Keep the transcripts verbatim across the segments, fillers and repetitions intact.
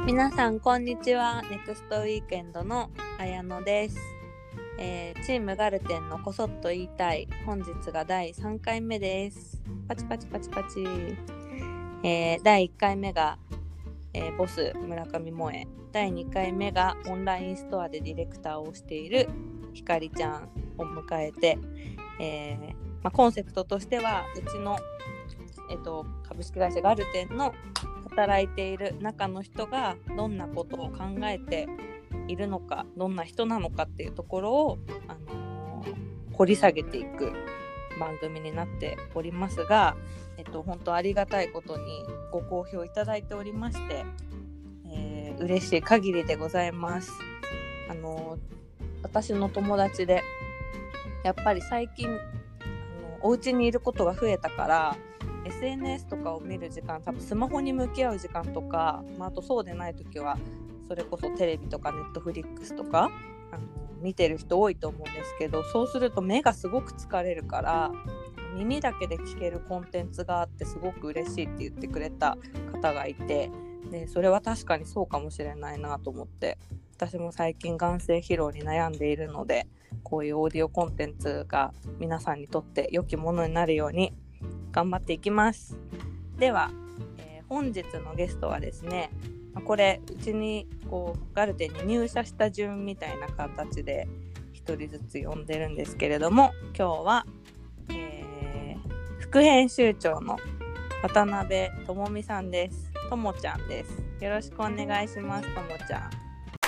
皆さんこんにちは。ネクストウィークエンドの綾乃です。えー、チームガルテンのこそっと言いたい、本日がだいさんかいめです。パチパチパチパチ、えー、だいいっかいめが、えー、ボス村上萌え、だいにかいめがオンラインストアでディレクターをしているひかりちゃんを迎えて、えーまあ、コンセプトとしてはうちの、えーと、株式会社ガルテンの働いている中の人がどんなことを考えているのか、どんな人なのかっていうところを、あのー、掘り下げていく番組になっておりますが、えっと、本当ありがたいことにご好評いただいておりまして、えー、嬉しい限りでございます。あのー、私の友達でやっぱり最近あのお家にいることが増えたからエスエヌエス とかを見る時間、多分スマホに向き合う時間とか、まあ、あとそうでない時はそれこそテレビとかネットフリックスとかあの見てる人多いと思うんですけど、そうすると目がすごく疲れるから耳だけで聞けるコンテンツがあってすごく嬉しいって言ってくれた方がいて、でそれは確かにそうかもしれないなと思って、私も最近眼性疲労に悩んでいるので、こういうオーディオコンテンツが皆さんにとって良きものになるように頑張っていきます。では、えー、本日のゲストはですね、これうちにこうガルテンに入社した順みたいな形で一人ずつ呼んでるんですけれども、今日は、えー、副編集長の渡辺智美さんです。ともちゃんです。よろしくお願いします。ともちゃ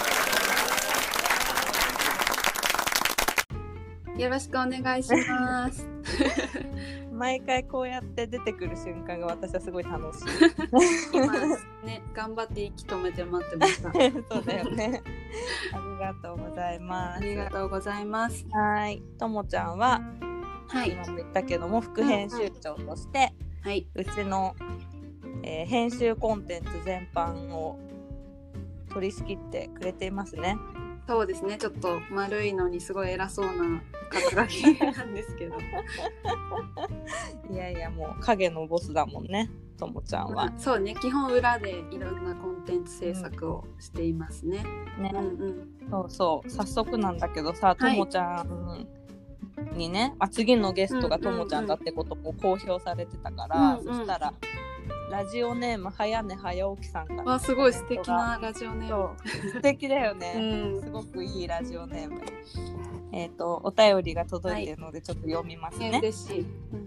ん、よろしくお願いします毎回こうやって出てくる瞬間が私はすごい楽しい今ね、頑張って息止めて待ってましたそうだよねありがとうございます。 ありがとうございます。 はい、ともちゃんは、はい、今も言ったけども副編集長として、うんうん、はい、うちの、えー、編集コンテンツ全般を取り仕切ってくれていますね。 そうですね、ちょっと丸いのにすごい偉そうな肩書きなんですけどいやいや、もう影のボスだもんね、ともちゃんは。 そうね、基本裏でいろんなコンテンツ制作をしていますね、 うん、ね、うんうん、そうそう、早速なんだけどさ、ともちゃんにね、まあ、次のゲストがともちゃんだってことも公表されてたから、うんうん、そしたらラジオネーム早寝早起きさんから、 わ、すごい素敵なラジオネーム。 素敵だよね、うん、すごくいいラジオネーム。えっとお便りが届いてるのでちょっと読みますね、 はい、嬉しい、うん、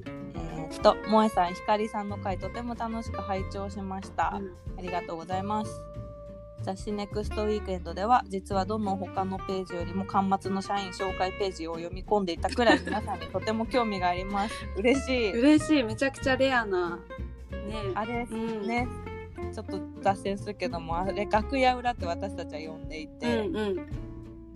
えっと萌さん、ひかりさんの回とても楽しく拝聴しました、うん、ありがとうございます。雑誌ネクストウィークエンドでは実はどの他のページよりも巻末の社員紹介ページを読み込んでいたくらい皆さんにとても興味があります嬉しい嬉しい、めちゃくちゃレアなね、 あれ、うん、ね、ちょっと脱線するけども、あれ楽屋裏って私たちは呼んでいて、うんうん、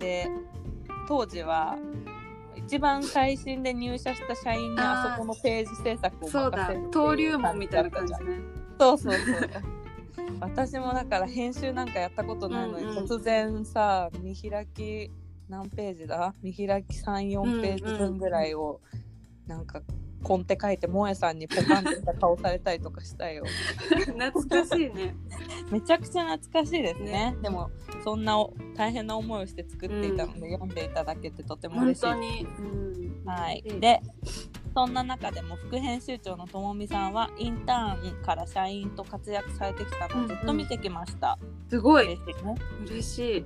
で当時は一番最新で入社した社員にあそこのページ制作を任せる、 そうだ、登竜門みたいな感じね。 そうそうそう私もだから編集なんかやったことないのに、うんうん、突然さ、見開き何ページだ見開き さん,よん ページ分ぐらいをなんかコンテ書いて萌さんにポカンとした顔されたりとかしたよ懐かしいねめちゃくちゃ懐かしいです ね, ねでもそんな大変な思いをして作っていたので、うん、読んでいただけてとても嬉しい。 本当に、うん、 はい、でそんな中でも副編集長のともみさんはインターンから社員と活躍されてきたのをずっと見てきました、 うんうん、すごい嬉しいね。 嬉しい、うん、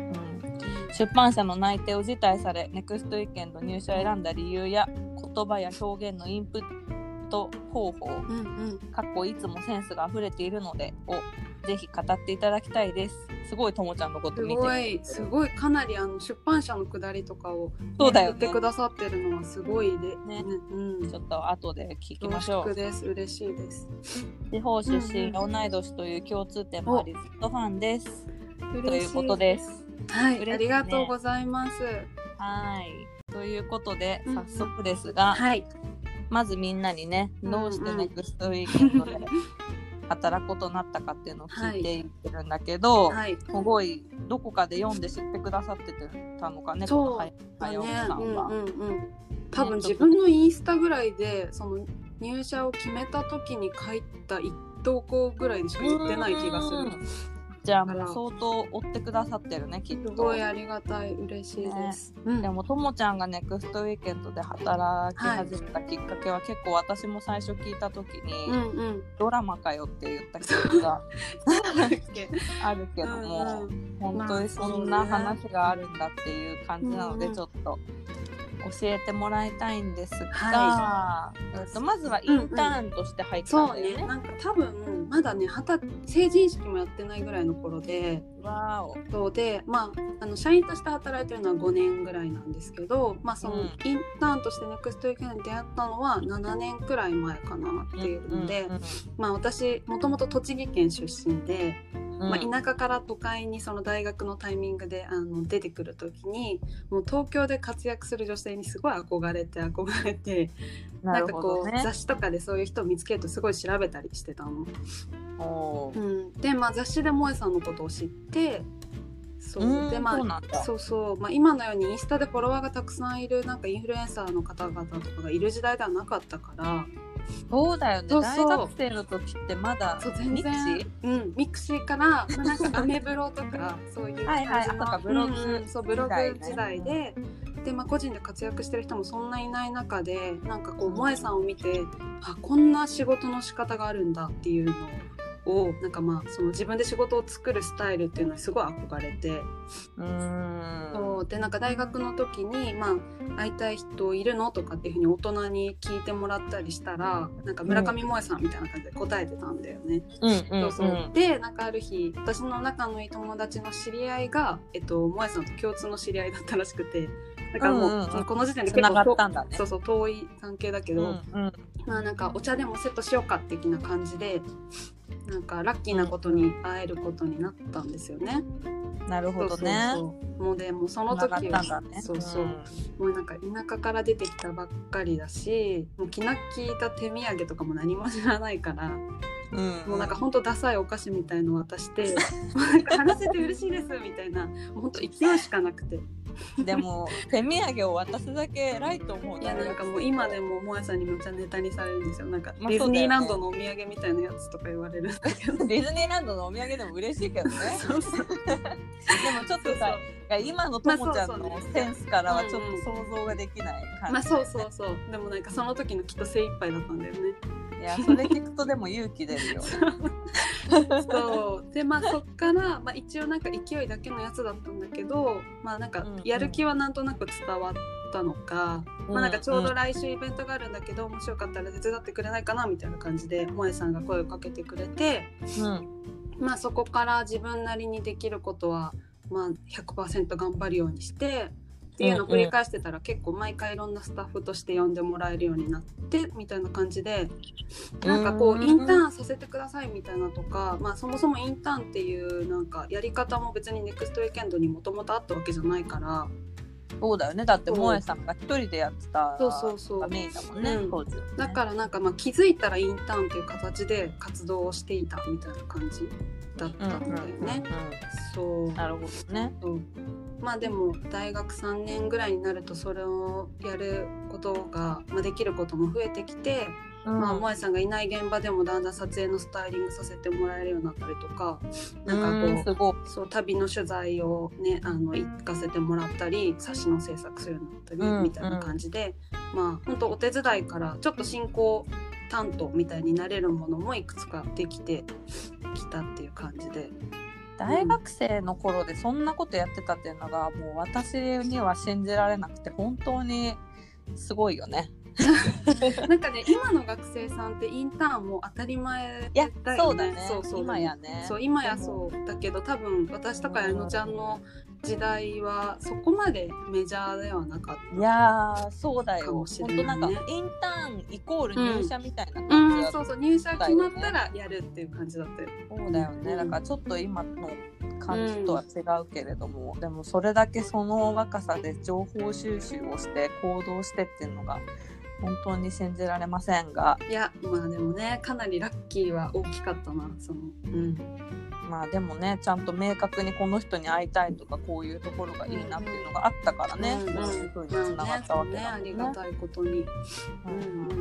出版社の内定を辞退されネクストウィークエンド入社を選んだ理由や言葉や表現のインプット方法、うんうん、かっこいつもセンスがあふれているのでをぜひ語っていただきたいです。すごいともちゃんのこと見てすごいすごい、かなりあの出版社のくだりとかを、ね、そうだよね、言ってくださってるのはすごいで、 ね、うん、ちょっと後で聞きましょう。 恐縮です、嬉しいです。 地方出身が同い年という共通点もあり、ずっとファンです、ということです。 はい、ね、ありがとうございます。 はい、ということで早速ですが、うんうん、はい、まずみんなにね、どうしてネクストウィークエンドで働くことになったかっていうのを聞いていってるんだけど、はい、すごいどこかで読んで知ってくださってたのかね、 そうはやおさんは、 うんうんうん、多分自分のインスタぐらいでその入社を決めた時に書いた一投稿ぐらいでしか言ってない気がする。 じゃあもう相当追ってくださってるねきっと。 すごいありがたい、嬉しいです、 ね、うん、でもともちゃんがネクストウィーケンドで働き始めたきっかけは、はい、結構私も最初聞いた時に、うんうん、ドラマかよって言った記憶があるけども、うんうん、本当にそんな話があるんだっていう感じなので、ちょっと教えてもらいたいんですが、はい、えっと、まずはインターンとして入ったんだよね。 うんうん、そうね、なんか多分まだね成人式もやってないぐらいの頃で、 わお。 そうで、まあ、あの社員として働いてるのはごねんぐらいなんですけど、まあ、そのインターンとしてネクストウィーケンドに出会ったのはななねんくらい前かなっていうので、うんうんうん、まあ、私もともと栃木県出身で、まあ、田舎から都会にその大学のタイミングであの出てくる時にもう東京で活躍する女性にすごい憧れて憧れて、なんかこう、ね、雑誌とかでそういう人を見つけるとすごい調べたりしてたの。お、うん、で、まあ、雑誌で萌さんのことを知って、そうで、まあ、そうなんだ。そうそう、まあ、今のようにインスタでフォロワーがたくさんいるなんかインフルエンサーの方々とかがいる時代ではなかったから。 そうだよね。そうそう、大学生の時ってまだミクシー、うん、ミクシーから、まあ、なんかアメブロとかそういう感じのはい、はい、ブログ、うん、そうブログ時代で、で、まあ、個人で活躍してる人もそんないない中で、なんかこう萌さんを見て、あ、こんな仕事の仕方があるんだっていうのをなんか、まあ、その自分で仕事を作るスタイルっていうのにすごい憧れて、うーん、そうで、なんか大学の時に、まあ、会いたい人いるのとかっていうふうに大人に聞いてもらったりしたら、なんか村上萌さんみたいな感じで答えてたんだよね、うん、そうそう、うん、で、なんかある日私の仲のいい友達の知り合いが、えっと、萌さんと共通の知り合いだったらしくて、だからもう、うんうんうん、この時点で結構繋がったんだね。そうそう、遠い関係だけど、うんうん、まあ、なんかお茶でもセットしようか的な感じで、なんかラッキーなことに会えることになったんですよね。 なるほどね。 そうそうそう、もうでもその時は、ね、そうそう、うん、もうなんか田舎から出てきたばっかりだし、もう気な利いた手土産とかも何も知らないから、うん、もうなんかほんとダサいお菓子みたいの渡してなんか話せて嬉しいですみたいな、もうほんと勢いしかなくてでも手土産を渡すだけ偉いと思う。 いや、なんかもう今でも萌さんにめっちゃネタにされるんですよ。なんかディズニーランドのお土産みたいなやつとか言われるんだけど、 ディズニーランドのお土産でも嬉しいけどねそうそうでもちょっとさ、そうそう、今のともちゃんのセンスからはちょっと想像ができない感じ、ね、 まあそうそうそう、でもなんかその時のきっと精一杯だったんだよね。 いや、それ聞くとでも勇気出るよそうで、まあそっから、まあ、一応なんか勢いだけのやつだったんだけど、まあなんかやる気はなんとなく伝わったのか、うんうん、まあなんかちょうど来週イベントがあるんだけど、もしよかったら手伝ってくれないかなみたいな感じで萌さんが声をかけてくれて、うん、まあそこから自分なりにできることはまあ ひゃくパーセント 頑張るようにしてっていうのを繰り返してたら、結構毎回いろんなスタッフとして呼んでもらえるようになってみたいな感じで、なんかこうインターンさせてくださいみたいなとか、まあそもそもインターンっていうなんかやり方も別にネクストウィーケンドにもともとあったわけじゃないから。 そうだよね、だって萌さんが一人でやってたメインだもんね、 うん、当時ね。だからなんかまあ気づいたらインターンっていう形で活動をしていたみたいな感じだったんだよね。そう、なるほどね。そう、まあでも大学さんねんぐらいになるとそれをやることが、まあ、できることも増えてきて、うん、まあ萌さんがいない現場でもだんだん撮影のスタイリングさせてもらえるようになったりとか、なんかこう、そう旅の取材をね、あの行かせてもらったり、冊子の制作するようになったり、うん、みたいな感じで、まあ本当お手伝いからちょっと進行担当みたいになれるものもいくつかできてきたっていう感じで。 大学生の頃でそんなことやってたっていうのがもう私には信じられなくて、本当にすごいよねなんかね、今の学生さんってインターンも当たり前だよね。 いや、そうだね。そうそう、今やね。 そう、今やそうだけど、多分私とかやのちゃんの時代はそこまでメジャーではなかった。 いやー、そうだよ。本当なんかインターンイコール入社みたいな感じだった、うんうん、 そうそう、入社決まったらやるっていう感じだったよ。 そうだよね、うん、だからちょっと今の感じとは違うけれども、うん、でもそれだけその若さで情報収集をして行動してっていうのが本当に信じられませんが、 いや、まあでもね、かなりラッキーは大きかったな、その、うん、 まあでもね、ちゃんと明確にこの人に会いたいとかこういうところがいいなっていうのがあったからね、うんうん、そういう風につながったわけだもんね。 ありがたいことに、うんうん、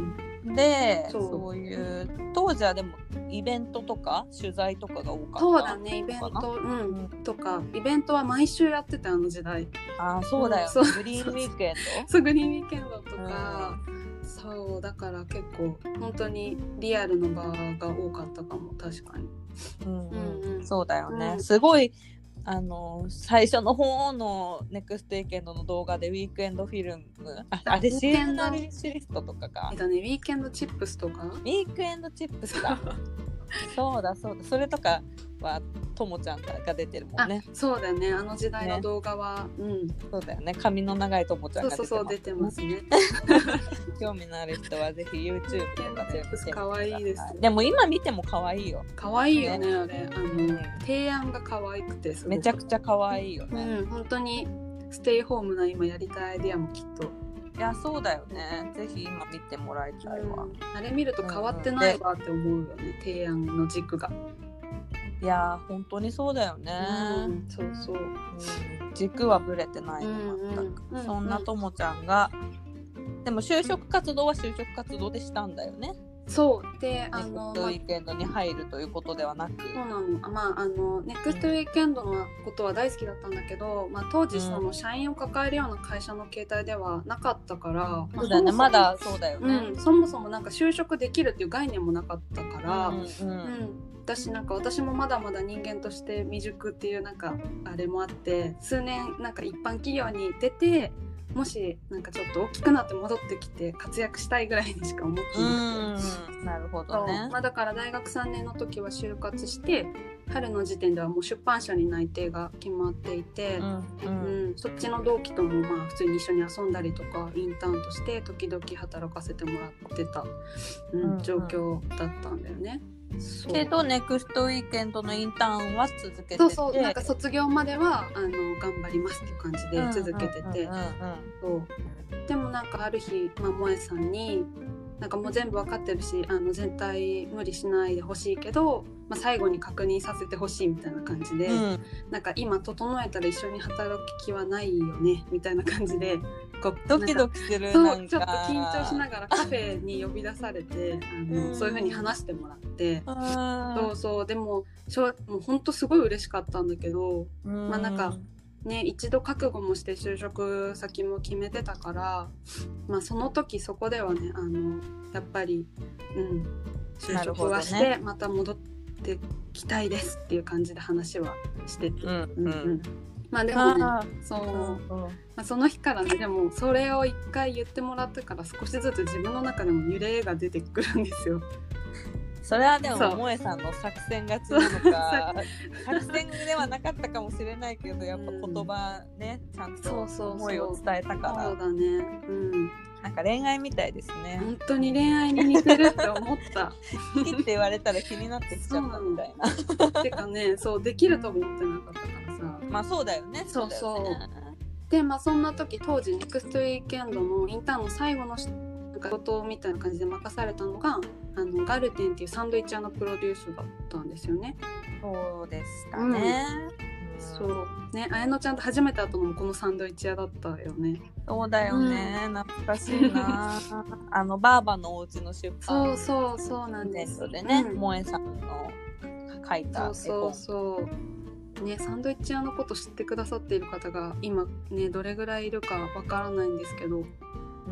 でそうそういう当時はでもイベントとか取材とかが多かった。 そうだね、イベント、うんとかイベントは毎週やってたあの時代。 ああそうだよ、ね、 うん、 グリーンウィークエンドそうグリーンウィークエンドとか、うん、そうだから結構本当にリアルの場が多かったかも。確かに、 うんうんうん、そうだよね、うん、すごいあの最初の方のネクストウィークエンドの動画でウィークエンドフィルム、あ, あれシーズナルリストとかか、 えっとね、ウィークエンドチップスとか、 ウィークエンドチップスだそうだそうだ、それとかはともちゃんが出てるもんね。 そうだよね、あの時代の動画は、ね、うん、 そうだよね、髪の長いともちゃんが出てます。 そうそうそう出てますね興味のある人はぜひ YouTube とかチェックしてみてください。 可愛いです。 でも今見ても可愛いよ。 可愛いよね、あれ、あの、うん、提案が可愛くてめちゃくちゃ可愛いよね。 うん、本当にステイホームな今やりたいアイディアもきっと。 いやそうだよね、ぜひ今見てもらいたいわ、うん、 あれ見ると変わってないわって思うよね、うん、提案の軸が。 いや本当にそうだよね、 うん、そうそう、 うん、軸はぶれてないの全く、うんうん、そんなともちゃんが、でも就職活動は就職活動でしたんだよね。 そうで、あのネクストウィークエンドに入るということではなく、 そうなの、まああのネクストウィークエンドのことは大好きだったんだけど、まあ、当時その社員を抱えるような会社の形態ではなかったから、 うん、そうだよね、まだそうだよね、 うん、そもそもなんか就職できるっていう概念もなかったから、うんうんうん、 だしなんか私もまだまだ人間として未熟っていうなんかあれもあって、数年なんか一般企業に出てもしなんかちょっと大きくなって戻ってきて活躍したいぐらいにしか思ってなくて、 なるほどね、 まあ、だから大学さんねんの時は就活して春の時点ではもう出版社に内定が決まっていて、うんうんうん、そっちの同期ともまあ普通に一緒に遊んだりとかインターンとして時々働かせてもらってた、うんうんうん、状況だったんだよね。 けどネクストウィークエンドのインターンは続けてて、 そうそう、なんか卒業まではあの頑張りますっていう感じで続けてて、でもなんかある日、まあ、萌えさんになんかもう全部わかってるし、あの全体無理しないでほしいけど、まあ、最後に確認させてほしいみたいな感じで、うん、なんか今整えたら一緒に働く気はないよねみたいな感じでこうドキドキする、 そうなんかちょっと緊張しながらカフェに呼び出されてあの、うん、そういう風に話してもらって、そうそうでもしょもう本当すごい嬉しかったんだけど、うん、まあなんかね、一度覚悟もして就職先も決めてたから、まあ、その時そこではねあのやっぱり、うん、就職はして、ね、また戻ってきたいですっていう感じで話はしてて、うんうんうん、まあでもねそう、うんまあ、その日からねでもそれを一回言ってもらってから少しずつ自分の中でも揺れが出てくるんですよ。 それはでも萌えさんの作戦勝ちなのか作戦ではなかったかもしれないけどやっぱ言葉ね、うん、ちゃんと思いを伝えたからそうだね、うん、 なんか恋愛みたいですね。 本当に恋愛に似てるって思った好きって言われたら気になってきちゃったみたいなてかねそうできると思ってなかったからさまあそうだよねそうそう、ね、でまあそんな時当時ネクストウィークエンドのインターンの最後のなんか仕事みたいな感じで任されたのがあのガルテンっていうサンドイッチ屋のプロデュースだったんですよね。 そうでしたね、 うん、そうね綾乃ちゃんと初めて会ったのもこのサンドイッチ屋だったよね。 そうだよね、うん、懐かしいなあのバーバのお家の出版そうそうそうなんですでね、うん、萌えさんの書いた絵本そうそうそうね、サンドイッチ屋のこと知ってくださっている方が今ねどれぐらいいるかわからないんですけどうん、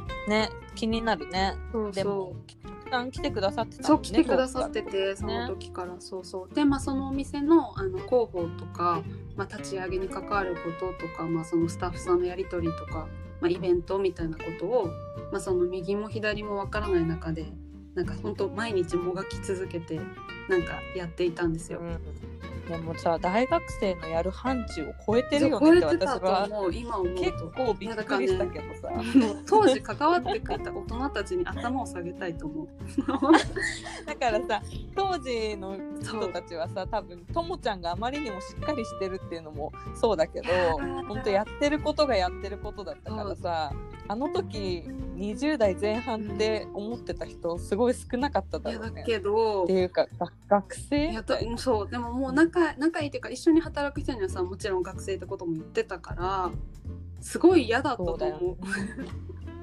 ね気になるね。 そうそうでもたくさん来てくださってたもんね。そう来てくださっててその時から、ね、そうそうでまあそのお店のあの広報とか、まあ、立ち上げに関わることとか、まあ、そのスタッフさんのやり取りとか、まあ、イベントみたいなことを、まあ、その右も左もわからない中でなんか本当毎日もがき続けてなんかやっていたんですよ。うんでもさ大学生のやる範疇を超えてるよねって私は今思うと結構びっくりしたけどさ、 ね、当時関わってくれた大人たちに頭を下げたいと思うだからさ当時の人たちはさ多分ともちゃんがあまりにもしっかりしてるっていうのもそうだけど本当やってることがやってることだったからさあの時にじゅう代前半って思ってた人すごい少なかっただろうね。 いやだけどっていうか学生いやそうでももう仲仲いいっていうか一緒に働く人にはさもちろん学生ってことも言ってたからすごい嫌だったと思う。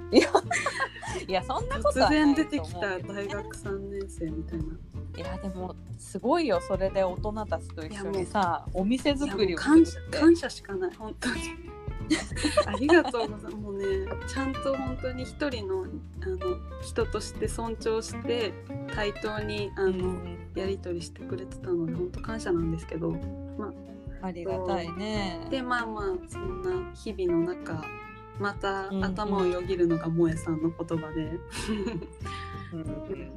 いやいやそんなことはない突然出てきた大学さんねん生みたいな。 いやでもすごいよ、それで大人たちと一緒にさお店作りをする感謝、感謝しかない本当にありがとうございます。もうねちゃんと本当に一人のあの人として尊重して対等にあの、うん、やり取りしてくれてたので本当感謝なんですけど、まありがたいね。 でまあまあそんな日々の中また頭をよぎるのが萌さんの言葉で、 うんうん、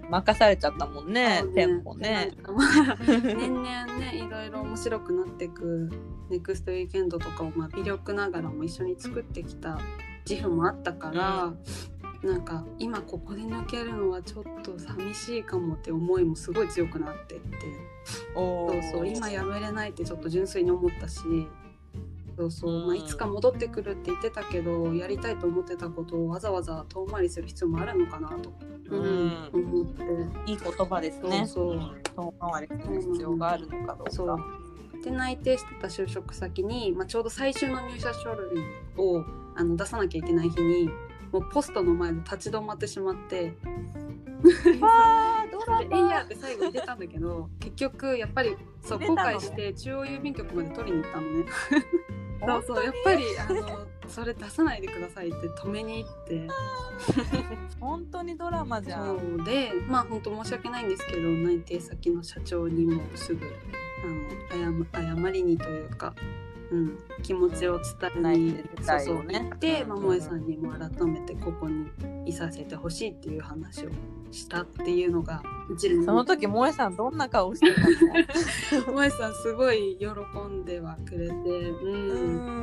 任されちゃったもんね、テンポね。 年々ねいろいろ面白くなっていくネクストウィーケンドとかを、まあ、微力ながらも一緒に作ってきた自負もあったから、うん、なんか今ここで抜けるのはちょっと寂しいかもって思いもすごい強くなってって、そうそう今やめれないってちょっと純粋に思ったし、そうそう、まあ、いつか戻ってくるって言ってたけどやりたいと思ってたことをわざわざ遠回りする必要もあるのかなと、うん、思っていい言葉ですね。 そうそう遠回りする必要があるのかどうか、 そうで内定してた就職先に、まあ、ちょうど最終の入社書類をあの出さなきゃいけない日にもうポストの前で立ち止まってしまってわードラマえいやって最後に出たんだけど結局やっぱりそう後悔して中央郵便局まで取りに行ったのねそうそうやっぱりあのそれ出さないでくださいって止めに行って本当にドラマじゃん。 そうでまあ本当申し訳ないんですけど内定先の社長にもすぐあの 謝, 謝りにというか、うん、気持ちを伝えに、ね、そうそう言って、まあ、萌さんにも改めてここにいさせてほしいっていう話をしたっていうのが一連その時萌さんどんな顔してたの萌さんすごい喜んではくれて、うん、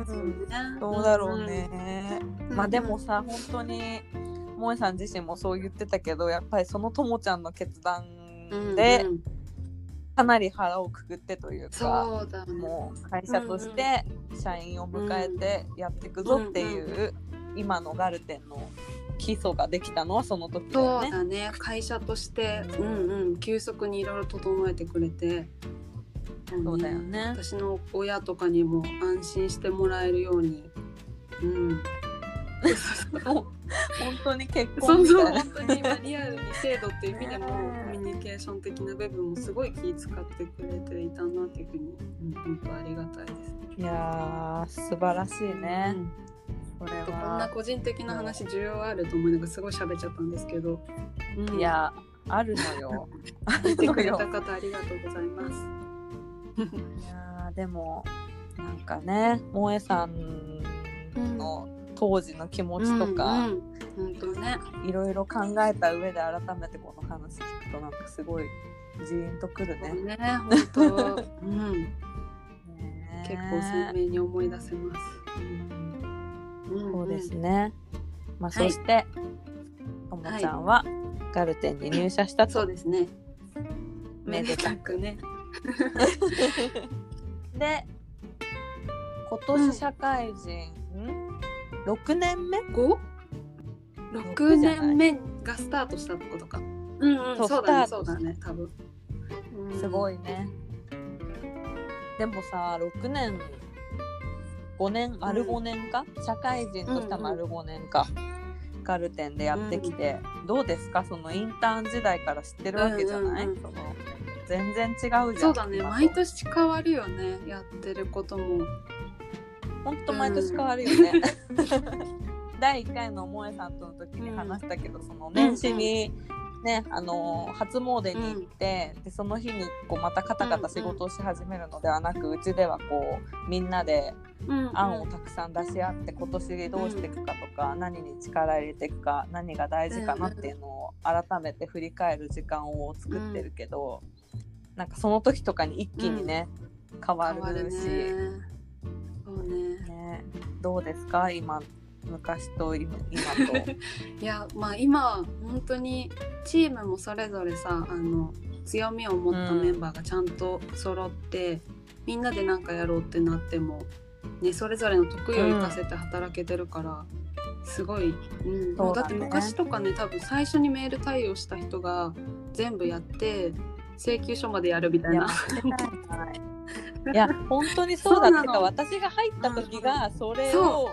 うんそうね、どうだろうね、うん、まあでもさ本当に萌さん自身もそう言ってたけどやっぱりそのともちゃんの決断で、うんうんかなり腹をくくってというかそうだ、ね、 もう会社として社員を迎えてやっていくぞっていう、うんうん、今のガルテンの基礎ができたのはその時だよね。 そうだね会社として、うんうん、急速にいろいろ整えてくれて、 そうだよね私の親とかにも安心してもらえるように、うん、 本当に結婚みたいなそうそう本当に今リアルに制度っていう意味でもコミュニケーション的な部分もすごい気遣ってくれていたなっていうふうに、うん、本当ありがたいです。 いやー素晴らしいね、うん、 これはこんな個人的な話需要あると思いながらすごい喋っちゃったんですけど、 うん、いやあるのよ聞いてくれた方ありがとうございますいやでもなんかね萌えさんの、うん当時の気持ちとか、 うんうん、本当ね、 いろいろ考えた上で改めてこの話聞くとなんかすごいジーンとくるね。 ね本当、うんね、結構鮮明に思い出せます。 うん、そうですね。まあ、そして、はい、ともちゃんはガルテンに入社したと、 そうですね。めでたくね。 で、今年社会人、うんろくねんめご? ろくねんめがスタートしたってことか。うんうんそうそうだねそうだね多分。 すごいね。でもさろくねんごねん丸ごねんか、うん、社会人としては丸ごねんか、うんうん、ガルテンでやってきて、うん、どうですかそのインターン時代から知ってるわけじゃない、うんうんうん、その全然違うじゃん。 そうだね毎年変わるよねやってることも。 ほんと毎年変わるよね、うん、だいいっかいの萌さんとの時に話したけど、うん、その年始にね、うん、あの初詣に行って、うん、でその日にこうまたカタカタ仕事をし始めるのではなく、うん、うちではこうみんなで案をたくさん出し合って今年どうしていくかとか、うん、何に力入れていくか何が大事かなっていうのを改めて振り返る時間を作ってるけど、うん、なんかその時とかに一気にね、うん、変わるしそうねね、どうですか今昔と 今, 今といやまあ今本当にチームもそれぞれさあの強みを持ったメンバーがちゃんと揃って、うん、みんなで何かやろうってなっても、ね、それぞれの得意を生かせて働けてるから、うん、すごい、うんだね、だって昔とかね多分最初にメール対応した人が全部やって請求書までやるみたいな。 いや本当にそうだってか私が入った時がそれを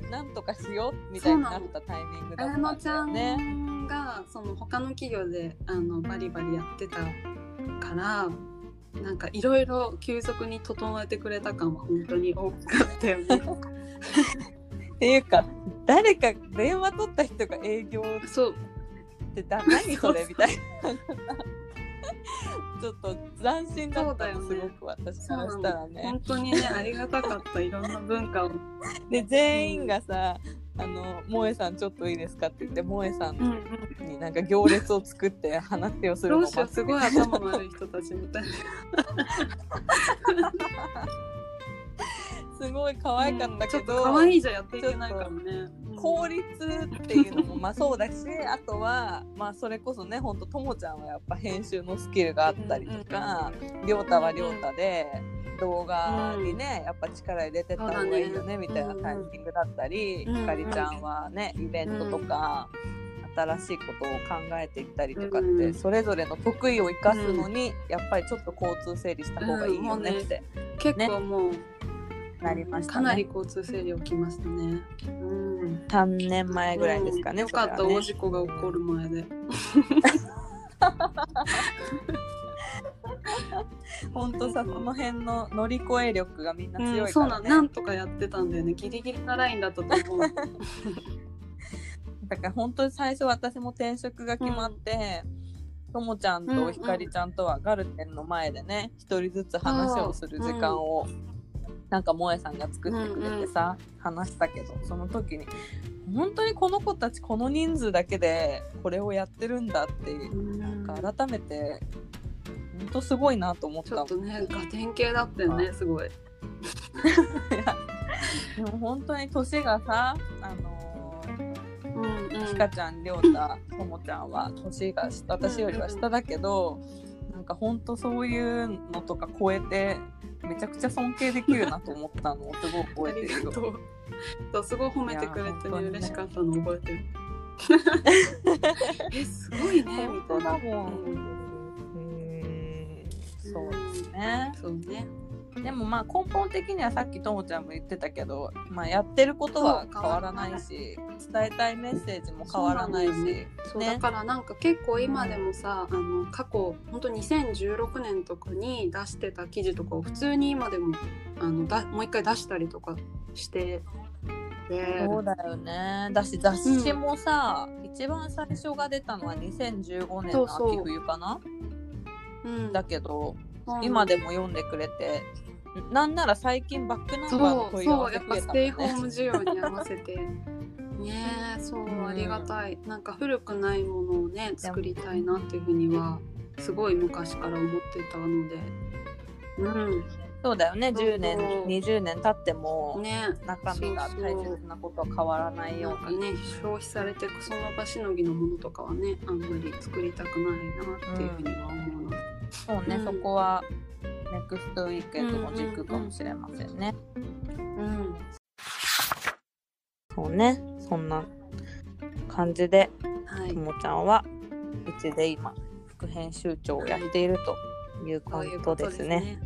なんとかしようみたいになったタイミングだったんだよね。 綾乃ちゃんがその他の企業であのバリバリやってたからなんかいろいろ急速に整えてくれた感は本当に大きかったよねっていうか誰か電話取った人が営業ってだ何それみたいなちょっと斬新だったの、ね、すごく私からしたらね本当にねありがたかったいろんな文化をで全員がさ、うん、あの萌えさんちょっといいですかって言って萌えさんになんか行列を作って話をするのどうしようすごい頭悪い人たちみたいなすごい可愛かったけど、 うん、可愛いじゃやっていけないからね効率っていうのもまあそうだしあとはまあそれこそねほんとともちゃんはやっぱ編集のスキルがあったりとかりょうたはりょうたで動画にねやっぱ力入れてった方がいいよねみたいなタイミングだったりひかりちゃんはねイベントとか新しいことを考えていったりとかってそれぞれの得意を生かすのにやっぱりちょっと交通整理した方がいいよねって結構もうなりましたね。 かなり交通整理起きましたね、うん、 さんねんまえぐらいですかね、 うん、よかった、ね、大事故が起こる前で本当さ、その辺の乗り越え力がみんな強いからね、うん、 そうなん、なんとかやってたんだよね。ギリギリなラインだったと思うだから本当に最初私も転職が決まって、うん、ともちゃんとひかりちゃんとはガルテンの前でね一人ずつ話をする時間を、うんなんか萌えさんが作ってくれてさ、うんうん、話したけどその時に本当にこの子たちこの人数だけでこれをやってるんだって、うん、なんか改めて本当すごいなと思った。 ちょっとねガテン系だったよねすごいでも本当に年がさあのーうんうん、ひかちゃんりょうたともちゃんは年が私よりは下だけど、うんうん、なんか本当そういうのとか超えてめちゃくちゃ尊敬できるなと思ったのをすごい覚えてるよとすごい褒めてくれてね嬉しかったの覚えてるえすごいねみたいなもん、うん、 そうですねそうねでもまあ根本的にはさっきともちゃんも言ってたけど、まあ、やってることは変わらないし伝えたいメッセージも変わらないしそう、ねそう、だからなんか結構今でもさ、うん、あの過去本当にせんじゅうろくねんとかに出してた記事とかを普通に今でもあのだもう一回出したりとかしてでそうだよねだし雑誌もさ、うん、一番最初が出たのはにせんじゅうごねんの秋冬かなそうそう、うん、だけど、うん、今でも読んでくれてなんなら最近バックナンバーの問い合わせ増えたもんね。そう、そうやっぱステイホーム需要に合わせてねえそう、うん、ありがたいなんか古くないものをね作りたいなっていうふうにはすごい昔から思ってたのでうんそうだよねじゅうねんにじゅうねん経っても、ね、中身が大切なことは変わらないようにね消費されてその場しのぎのものとかはねあんまり作りたくないなっていうふうには思うので、 うん、そうね、うん、そこはネクストウィークエンドの軸かもしれませんね。うん、うんうん、そうね、そんな感じで、はい、ともちゃんはうちで今副編集長をやっているということですね。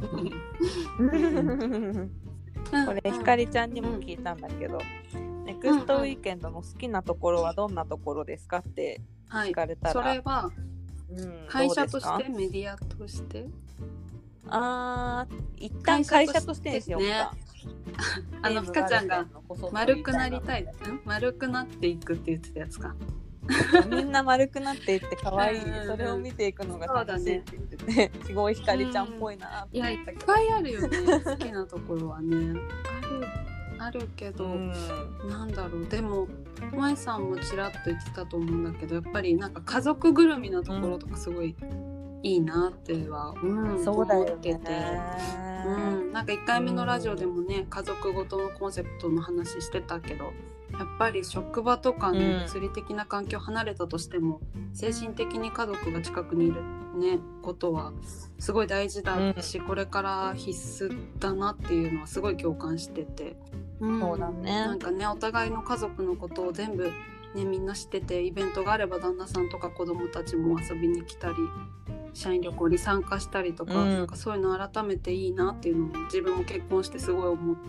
これひかりちゃんにも聞いたんだけど、うん、ネクストウィークエンドの好きなところはどんなところですかって聞かれたら、 はい、それは、うん、会社としてメディアとしてあー一旦会社としてにしようか、ね、 あのふかちゃんが丸くなりたい丸くなっていくって言ってたやつかみんな丸くなっていって可愛いそれを見ていくのが楽しいって言ってて、ね、すごいひかりちゃんっぽいなって思ったけど、いやいっぱいあるよね好きなところはねあるあるけど、うん、なんだろうでも萌えさんもちらっと言ってたと思うんだけどやっぱりなんか家族ぐるみなところとかすごい、うんいいなっては、うん、 そうだよね、 思ってて、うん、なんかいっかいめのラジオでもね、うん、家族ごとのコンセプトの話してたけどやっぱり職場とかね、物理的な環境離れたとしても、うん、精神的に家族が近くにいる、ね、ことはすごい大事だし、うん、これから必須だなっていうのはすごい共感してて、 うん、そうだねなんかねお互いの家族のことを全部ねみんな知っててイベントがあれば旦那さんとか子供たちも遊びに来たり社員旅行に参加したりとか、うん、なんかそういうの改めていいなっていうのを自分も結婚してすごい思って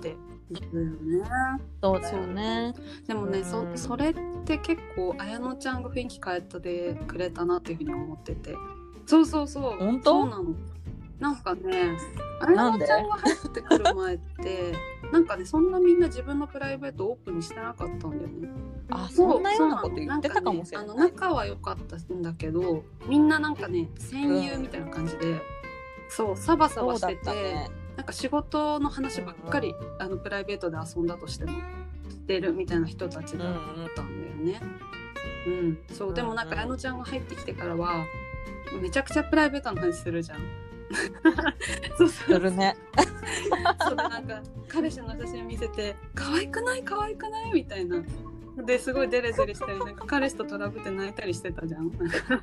そうだよね。 そうだよね。 でもね、うん、そ, それって結構綾乃ちゃんが雰囲気変えてくれたなっていうふうに思ってて。そうそうそう。 本当？ そうなの。なんかね、綾乃ちゃんが入ってくる前ってなんかね、そんなみんな自分のプライベートをオープンにしてなかったんだよね。 あ、そんなようなこと言ってたかもしれない。 なんかね、あの仲は良かったんだけど、みんななんかね、戦友みたいな感じで、うん、そうサバサバしてて、ね、なんか仕事の話ばっかり、うんうん、あのプライベートで遊んだとしてもしてるみたいな人たちだったんだよね。うん、うん、そうでもなんか綾乃ちゃんが入ってきてからはめちゃくちゃプライベートの話するじゃん。そうそうするね。 それなんか彼氏の写真見せて可愛くない可愛くないみたいなですごいデレデレしたりなんか彼氏とトラブって泣いたりしてたじゃん。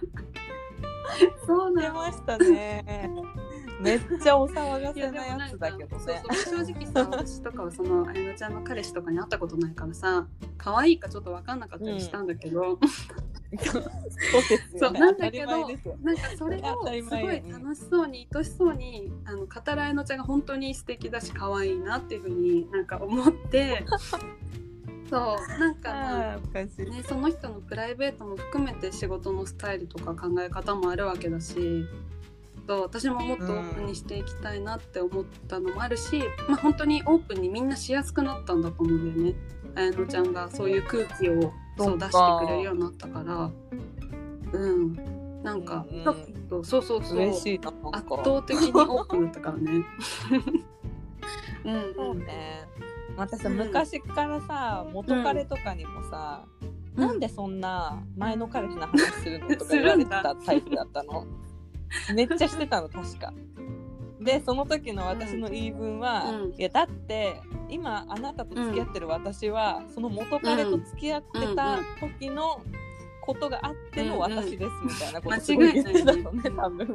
そうな出ましたね。めっちゃお騒がせなやつだけどね。 そうそう正直さ私とかはその綾乃ちゃんの彼氏とかに会ったことないからさ可愛いかちょっと分かんなかったりしたんだけど、うんそうですよね、そうなんだけどなんかそれをすごい楽しそうに愛しそうにあの語る綾乃ちゃんが本当に素敵だし可愛いなっていうふうになんか思ってそうなんか、ね、その人のプライベートも含めて仕事のスタイルとか考え方もあるわけだしそう私ももっとオープンにしていきたいなって思ったのもあるし、うんまあ、本当にオープンにみんなしやすくなったんだと思うんだよね。綾乃ちゃんがそういう空気をそう出してくれるようになったからうんなんか、うん、ちょっとそうそうそう嬉しいな圧倒的にオープンだったからね。 うん、そうね。私、うん、昔からさ元彼とかにもさ、うん、なんでそんな前の彼氏の話するのとか言われてたタイプだったの。めっちゃしてたの確か。でその時の私の言い分は、うん、いやだって今あなたと付き合ってる私は、うん、その元彼と付き合ってた時のことがあっての私ですみたいなことすごい言ってたのね、多分。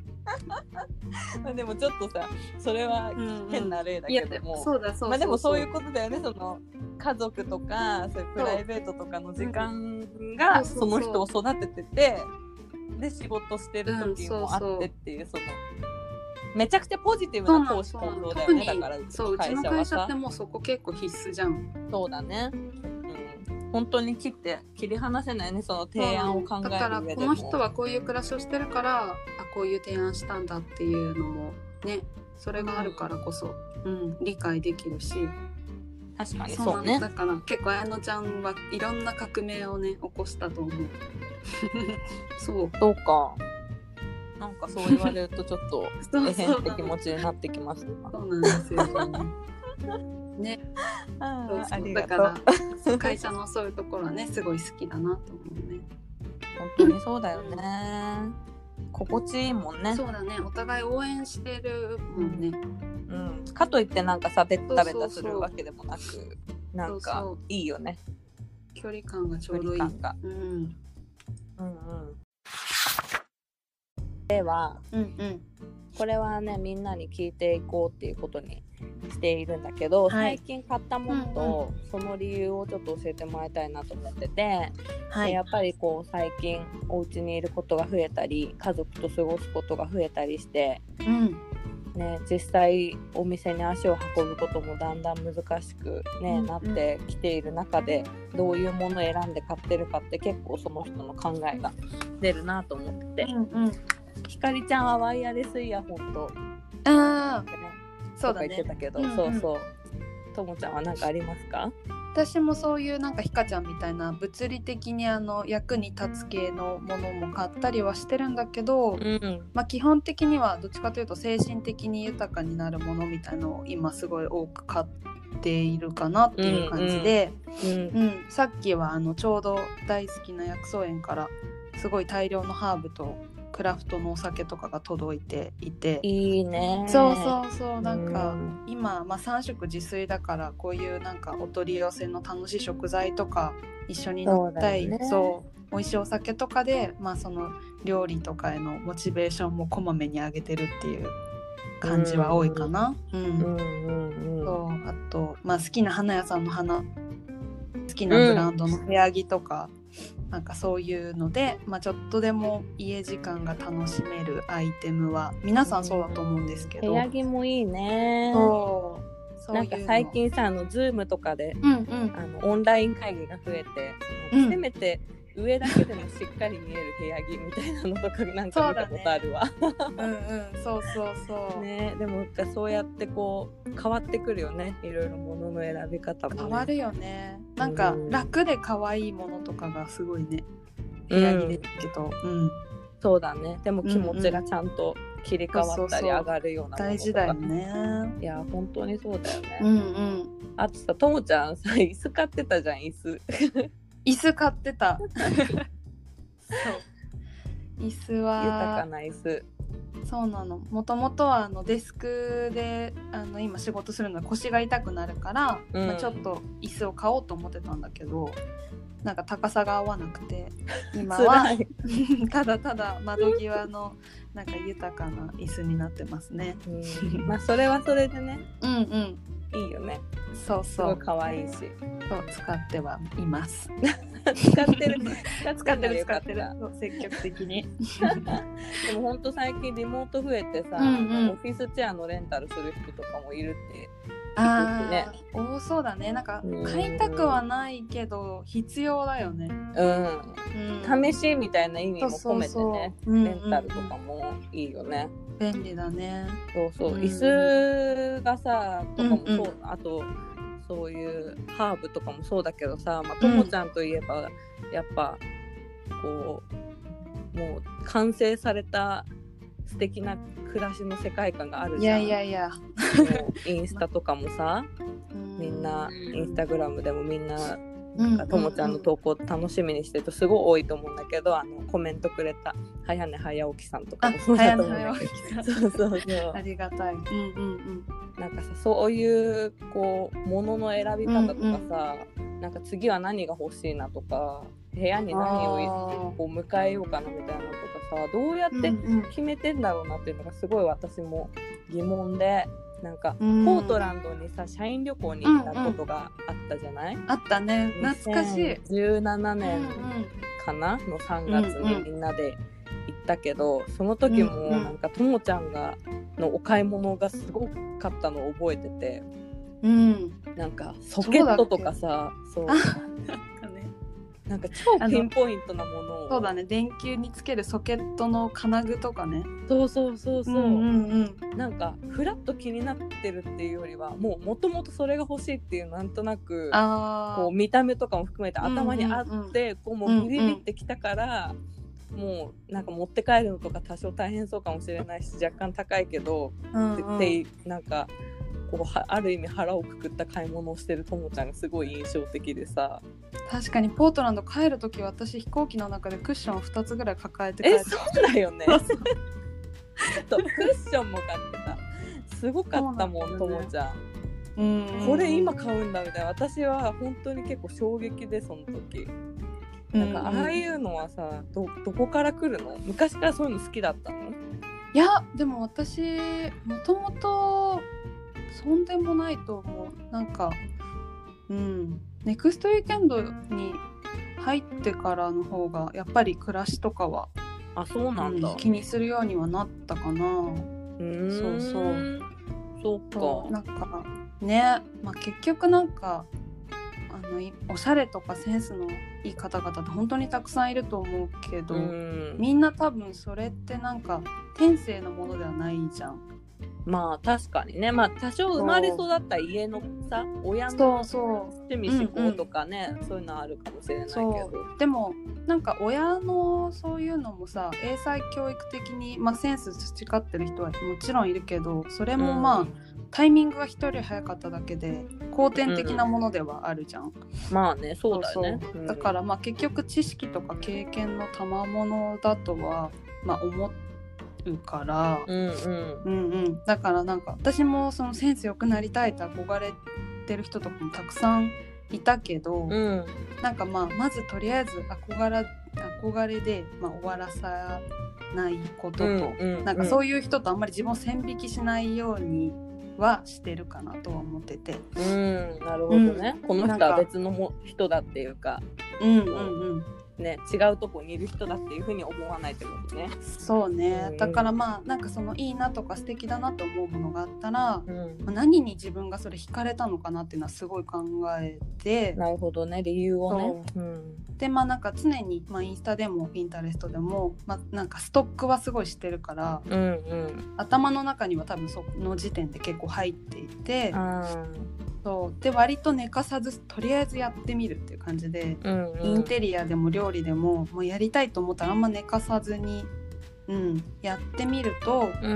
でもちょっとさそれは変な例だけども、うんうん、そうだそうそうまあでもそういうことだよね。その家族とかそういうプライベートとかの時間がその人を育てててで仕事してる時もあってっていう、うん、そうそうそのめちゃくちゃポジティブな公私混同だよね。だからそううちの会社ってもうそこ結構必須じゃん。 そうだね、うん、本当に切って切り離せないねその提案を考える上でも、だからこの人はこういう暮らしをしてるからあこういう提案したんだっていうのもねそれがあるからこそ、うん、理解できるし確かにそうね。 だから結構綾乃ちゃんはいろんな革命をね起こしたと思う。そうそうかなんかそう言われるとちょっとえへんって気持ちになってきました。 そうなんですよね。ねあそうそうありがとう。だから会社のそういうところはねすごい好きだなと思うね。 本当にそうだよね。心地いいもんね。 そうだねお互い応援してるもんね。 うんうん、かといってなんかさベッタベタするわけでもなくそうそうそうなんかいいよね。 距離感がちょうどいい。 距離感がうんうんうんでは、うんうん、これはねみんなに聞いていこうっていうことにしているんだけど、はい、最近買ったものと、うんうん、その理由をちょっと教えてもらいたいなと思ってて、はい、でやっぱりこう最近お家にいることが増えたり家族と過ごすことが増えたりして、うんね、実際お店に足を運ぶこともだんだん難しく、ねうんうん、なってきている中でどういうものを選んで買ってるかって結構その人の考えが出るなと思ってて、うんうんひかりちゃんはワイヤレスイヤホンとあ、ね、そうだね言ってたけど、うんうん、そうそうともちゃんは何かありますか？ 私もそういうなんかひかちゃんみたいな物理的にあの役に立つ系のものも買ったりはしてるんだけど、うんまあ、基本的にはどっちかというと精神的に豊かになるものみたいなのを今すごい多く買っているかなっていう感じで、うんうんうん、さっきはあのちょうど大好きな薬草園からすごい大量のハーブとクラフトのお酒とかが届いていていいね。 そうそうそうなんか、うん、今、まあ、さん食自炊だからこういうなんかお取り寄せの楽しい食材とか一緒に飲みたい そう、ね、そう美味しいお酒とかで、まあ、その料理とかへのモチベーションもこまめに上げてるっていう感じは多いかな。うんうんうんうん、そうあと、まあ、好きな花屋さんの花好きなブランドの部屋着とか、うん、なんかそういうので、まあ、ちょっとでも家時間が楽しめるアイテムは皆さんそうだと思うんですけど、 部屋着もいいね。 そうそういうの。 なんか最近さあの Zoom とかで、 うんうん、 あのオンライン会議が増えて、うん、せめて上だけでもしっかり見える部屋着みたいなのとかなんか見たことあるわ。 そうだね、うんうん、そうそうそうね。でもそうやってこう変わってくるよね、いろいろ物の選び方も、ね、 変わるよね。なんか楽で可愛いものとかがすごいね、部屋着ですけど、うん、うん、 そうだね。でも気持ちがちゃんと切り替わったり上がるようなものとか、 大事だよね。 いや本当にそうだよね。 うんうん。 あとさ、ともちゃんさ椅子買ってたじゃん、椅子。 椅子買ってた。そう。椅子は豊かな椅子。 そうなの。もともとはあのデスクであの今仕事するのは腰が痛くなるから、うん、まあ、ちょっと椅子を買おうと思ってたんだけど、なんか高さが合わなくて今はただただ窓際のなんか豊かな椅子になってますね。 うん、まあそれはそれでね。 うんうん。 いいよね。 そうそう。 すごい可愛いし。 そう使ってはいます。 使ってる使ってる使ってる。積極的に。 でも本当最近リモート増えてさ、うんうん、オフィスチェアのレンタルする人とかもいるって聞くしね。 多そうだね。なんか買いたくはないけど必要だよね。 うん。うん、試しみたいな意味も込めてね、そうそうそう、レンタルとかもいいよね。 便利だね。 そうそう、うん、椅子がさとかもそう、うんうん、あとそういうハーブとかもそうだけどさ、まあ、ともちゃんといえば、うん、やっぱこうもう完成された素敵な暮らしの世界観があるじゃん。 いやいやいや、 もうインスタとかもさみんなインスタグラムでもみんななんかともちゃんの投稿楽しみにしてるとすごい多いと思うんだけど、あのコメントくれた早寝早起きさんとかもそうだと思うんだけど、そうそうそう、 ありがたい。うんうんうん。 なんかさ、そういうこう物の選び方とかさ、うんうん、なんか次は何が欲しいなとか部屋に何をこう迎えようかなみたいなのとかさ、どうやって決めてんだろうなっていうのがすごい私も疑問で、なんか、うん、ポートランドにさ社員旅行に行ったことがあったじゃない？ うんうん、あったね、懐かしい。 にせんじゅうななねんかな、うんうん、のさんがつにみんなで行ったけど、うんうん、その時もなんかともちゃんがのお買い物がすごかったのを覚えてて、 うん、 なんかソケットとかさ、そうなんか超ピンポイントなものを、 そうだね、電球につけるソケットの金具とかね、 そうそうそうそう、 うんうんうん、 なんかフラッと気になってるっていうよりはもうもともとそれが欲しいっていうなんとなくこう見た目とかも含めて頭にあって、うんうんうん、こうもうビビビってきたから、うんうん、もうなんか持って帰るのとか多少大変そうかもしれないし若干高いけど、うんうん、絶対なんかこうある意味腹をくくった買い物をしてるともちゃんがすごい印象的でさ。 確かにポートランド帰るとき私飛行機の中でクッションをふたつぐらい抱えて帰って、 えそうだよねクッションも買ってた、すごかったもん、ともちゃん。うん、これ今買うんだみたいな、私は本当に結構衝撃でその時なんかああいうのはさ ど, どこから来るの？昔からそういうの好きだったの？ いやでも私もともとそんでもないと思う。なんかうんネクストウィーケンドに入ってからの方がやっぱり暮らしとかはあそうなんだ、 うん、気にするようにはなったかな。うーんそうそうそうか。 なんかね、まあ、結局なんかあのおしゃれとかセンスのいい方々って本当にたくさんいると思うけど、うんみんな多分それってなんか天性のものではないじゃん。 まあ確かにね、まあ多少生まれ育った家のさ親の趣味思考とかね、そう、そう、うんうん、そういうのはあるかもしれないけど、 でもなんか親のそういうのもさ英才教育的に、まあ、センス培ってる人はもちろんいるけど、それもまあ、うん、タイミングが一人早かっただけで後天的なものではあるじゃん、うん、 まあねそうだよね。 そうそう、だからまあ結局知識とか経験の賜物だとはまあ思ってから、 うんうんうんうん、だからなんか私もそのセンス良くなりたいと憧れてる人とかもたくさんいたけど、 うん、 なんかまあまずとりあえず憧れ、憧れで、まあ、終わらさないことと、うんうんうん、なんかそういう人とあんまり自分を線引きしないようにはしてるかなとは思ってて、 うんなるほどね、うん、この人は別のも人だっていうか、 うんうんうんね、違うとこにいる人だっていうふうに思わないってことね。 そうね、 うん、 だからまあなんかそのいいなとか素敵だなと思うものがあったら、 うんまあ、何に自分がそれ惹かれたのかなっていうのはすごい考えて。 なるほどね、理由をね。う、うん、 でまあなんか常に、まあ、インスタでもピンタレストでも、まあ、なんかストックはすごいしてるから、 うんうん、 頭の中には多分その時点で結構入っていて、 うん、 そうで割と寝かさずとりあえずやってみるっていう感じで、 うんうん、 インテリアでも料理でももうやりたいと思ったらあんま寝かさずに、うん、やってみると、 うんうん、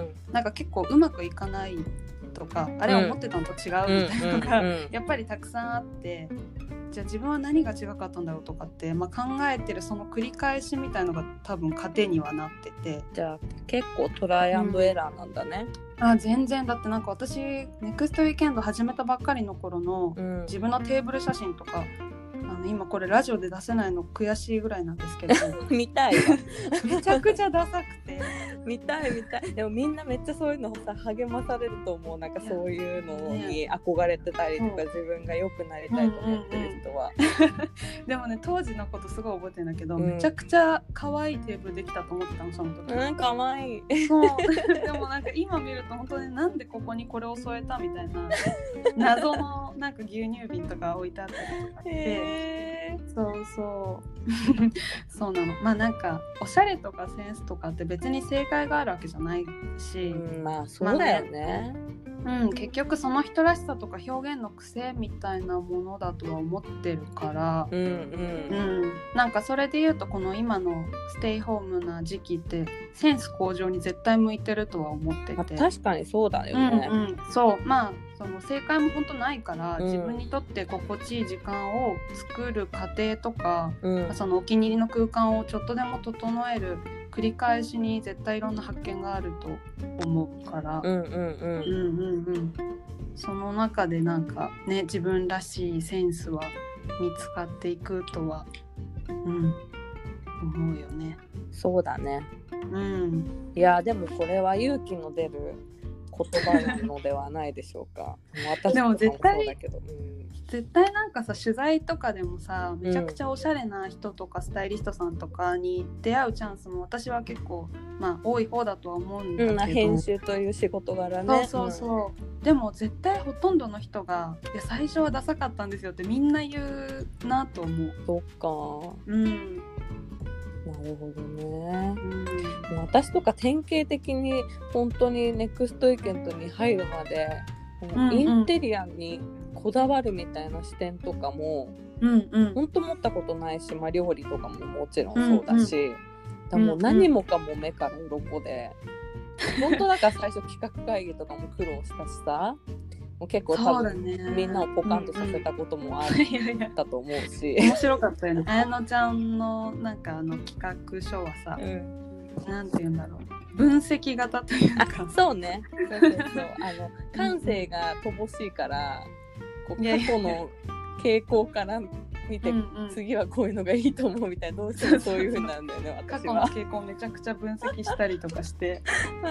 なんか結構うまくいかないとか、あれは思ってたのと違うみたいなのが、 うんうんうんうん、 やっぱりたくさんあって、じゃあ自分は何が違かったんだろうとかって、まあ、考えてるその繰り返しみたいのが多分糧にはなってて。 じゃあ結構トライアンドエラーなんだね。 うん、あ全然だってなんか私ネクストウィーケンド始めたばっかりの頃の自分のテーブル写真とか、うん、あの今これラジオで出せないの悔しいぐらいなんですけど見たいわめちゃくちゃダサくて見たい見たい。でもみんなめっちゃそういうのをさ励まされると思う。なんかそういうのに憧れてたりとか、ね、自分が良くなりたいと思ってる人は、 うんうんうん、でもね当時のことすごい覚えてるんだけど、うん、めちゃくちゃ可愛いテーブルできたと思ってたのその時。 うん可愛い。 そうでもなんか今見ると本当になんでここにこれを添えたみたいな謎のなんか牛乳瓶とか置いてあったりとかしてそうそうそうなの。まあなんかおしゃれとかセンスとかって別に正解があるわけじゃないし、 うん、まあそうだよね、 まあね、うん、結局その人らしさとか表現の癖みたいなものだとは思ってるから、 うんうんうん、 なんかそれで言うとこの今のステイホームな時期ってセンス向上に絶対向いてるとは思ってて、 確かにそうだよね、 うんうん、そうまあその正解も本当ないから、うん、自分にとって心地いい時間を作る過程とか、うん、そのお気に入りの空間をちょっとでも整える繰り返しに絶対いろんな発見があると思うから、 うんうんうんうんうん、 その中でなんかね自分らしいセンスは見つかっていくとは、うん、思うよね。 そうだね、 うん、 いやでもこれは勇気の出る言葉なのではないでしょうか。私でも絶対そうだけど、うん、 絶対なんかさ取材とかでもさめちゃくちゃおしゃれな人とかスタイリストさんとかに出会うチャンスも私は結構まあ多い方だとは思うんだけど、うん、 編集という仕事柄ね。 そうそうそう、うん、でも絶対ほとんどの人がいや最初はダサかったんですよってみんな言うなと思う。 そっか、 うんなるほどね、うん、私とか典型的に本当にネクストウィーケンドに入るまで、うんうん、インテリアにこだわるみたいな視点とかも、うんうん、本当持ったことないし、まあ、料理とかももちろんそうだし、うんうん、だもう何もかも目から鱗で、うんうん、本当だから最初企画会議とかも苦労したしさもう結構多分、ね、みんなをポカンとさせたこともあったと思うし、 面白かったよね。綾乃ちゃんのなんかあの企画書はさ、うん、なんて言うんだろう分析型というかそうねそうそうそうあの感性が乏しいからこう過去の傾向から見て、うんうん、次はこういうのがいいと思うみたいなどうしてもそういう風なんだよね私は過去の傾向めちゃくちゃ分析したりとかして、うん、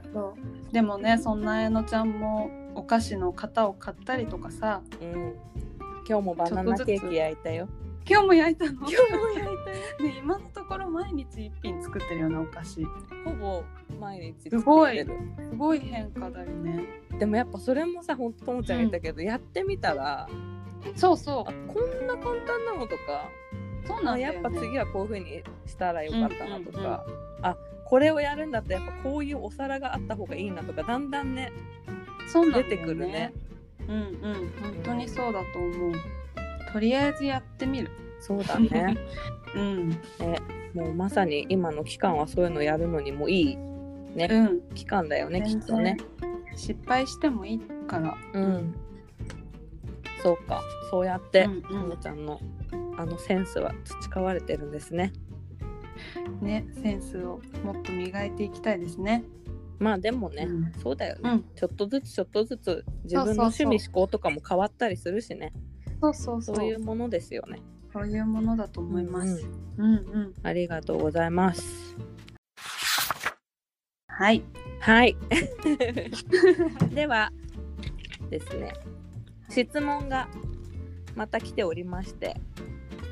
そうそうでもねそんな綾乃ちゃんもお菓子の型を買ったりとかさ、 うん、今日もバナナケーキ焼いたよ。 今日も焼いたの？ 今日も焼いたよ、 ね、今のところ毎日一品作ってるようなお菓子ほぼ毎日作ってる。 すごいすごい変化だよね。 でもやっぱそれもさほんとともちゃんが言ったけど、うん、やってみたらそうそうあこんな簡単なのとかそうなんだよね、 やっぱ次はこういう風にしたらよかったなとか、うんうんうん、あこれをやるんだったらやっぱこういうお皿があった方がいいなとかだんだんねそうなんだよね出てくるね。 うんうん本当にそうだと思う。とりあえずやってみる。 そうだねうんえもうまさに今の期間はそういうのやるのにもいいね、うん、期間だよねきっとね。 失敗してもいいからうん、うん、そうかそうやってともちゃんのあのセンスは培われてるんですね。 ねセンスをもっと磨いていきたいですね。 まあでもね、うん、そうだよね、うん、ちょっとずつちょっとずつ自分の趣味思考とかも変わったりするしね。 そうそうそうそういうものですよね。 そういうものだと思います、うんうんうんうん、 ありがとうございます。 はいはいではですね質問がまた来ておりまして